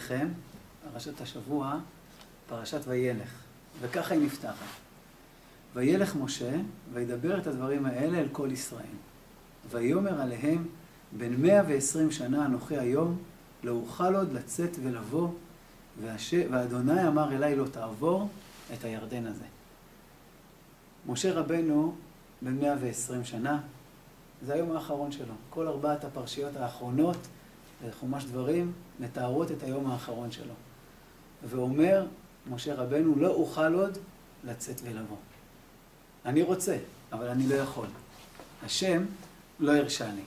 לפניכם, פרשת השבוע, פרשת וילך, וככה היא נפתחת. וילך משה, וידבר את הדברים האלה אל כל ישראל. ויאמר עליהם, בין 120 שנה אנוכי היום, לא אוכל עוד לצאת ולבוא, ואדוני אמר אליי לא תעבור את הירדן הזה. משה רבנו בין 120 שנה, זה היום האחרון שלו. כל 4 הפרשיות האחרונות, חומש דברים, מתארות את היום האחרון שלו. ואומר משה רבנו, לא אוכל עוד לצאת ולבוא. אני רוצה, אבל אני לא יכול. השם לא הרשה לי.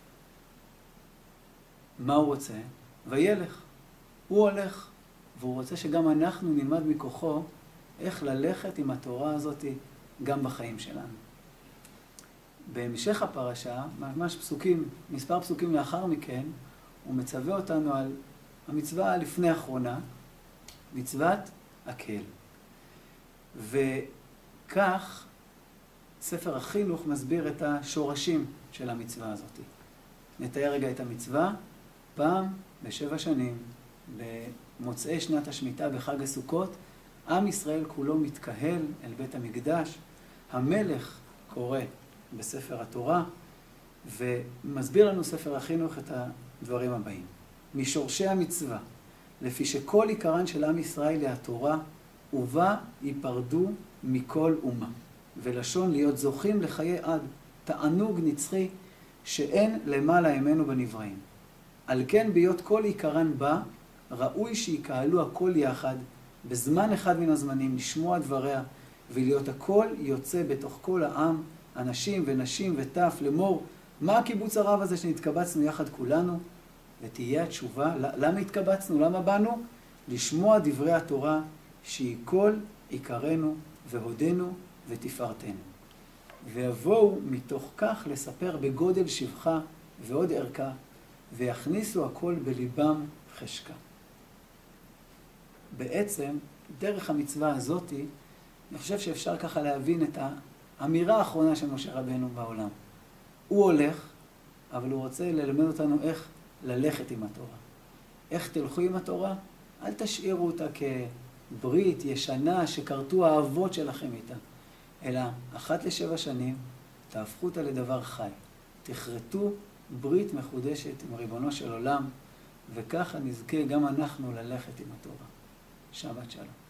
מה הוא רוצה? וילך. הוא הולך, והוא רוצה שגם אנחנו נלמד מכוחו איך ללכת עם התורה הזאת גם בחיים שלנו. בהמשך הפרשה, ממש פסוקים, מספר פסוקים לאחר מכן, הוא מצווה אותנו על המצווה הלפני האחרונה, מצוות הקהל. וכך ספר החינוך מסביר את השורשים של המצווה הזאת. נתאר רגע את המצווה. פעם ב7 שנים, במוצאי שנת השמיטה בחג הסוכות, עם ישראל כולו מתקהל אל בית המקדש. המלך קורא בספר התורה, ומסביר לנו ספר החינוך את הדברים הבאים. משורשי המצווה, לפי שכל עיקרן של עם ישראל היא התורה, ובה ייפרדו מכל אומה. ולשון להיות זוכים לחיי עד, תענוג נצחי שאין למעלה ממנו בנבראים. על כן ביות כל עיקרן בה, ראוי שיקהלו הכל יחד, בזמן אחד מן הזמנים, לשמוע דבריה, ולהיות הכל יוצא בתוך כל העם, אנשים ונשים וטף, לאמור, מה הקיבוץ הרב הזה שנתקבצנו יחד כולנו? ותהיה התשובה, למה התקבצנו? למה באנו? לשמוע דברי התורה, שהיא כל עיקרנו והודנו ותפארתנו. ויבואו מתוך כך לספר בגודל שבחה ועוד ערכה, ויכניסו הכל בליבם חשקה. בעצם, דרך המצווה הזאת, אני חושב שאפשר ככה להבין את האמירה האחרונה של משה רבנו בעולם. הוא הולך, אבל הוא רוצה ללמד אותנו איך ללכת עם התורה. איך תלכו עם התורה? אל תשאירו אותה כברית ישנה שכרתו האבות שלכם איתה. אלא אחת ל7 שנים תהפכו אותה לדבר חי. תכרתו ברית מחודשת עם ריבונו של עולם, וככה נזכה גם אנחנו ללכת עם התורה. שבת שלום.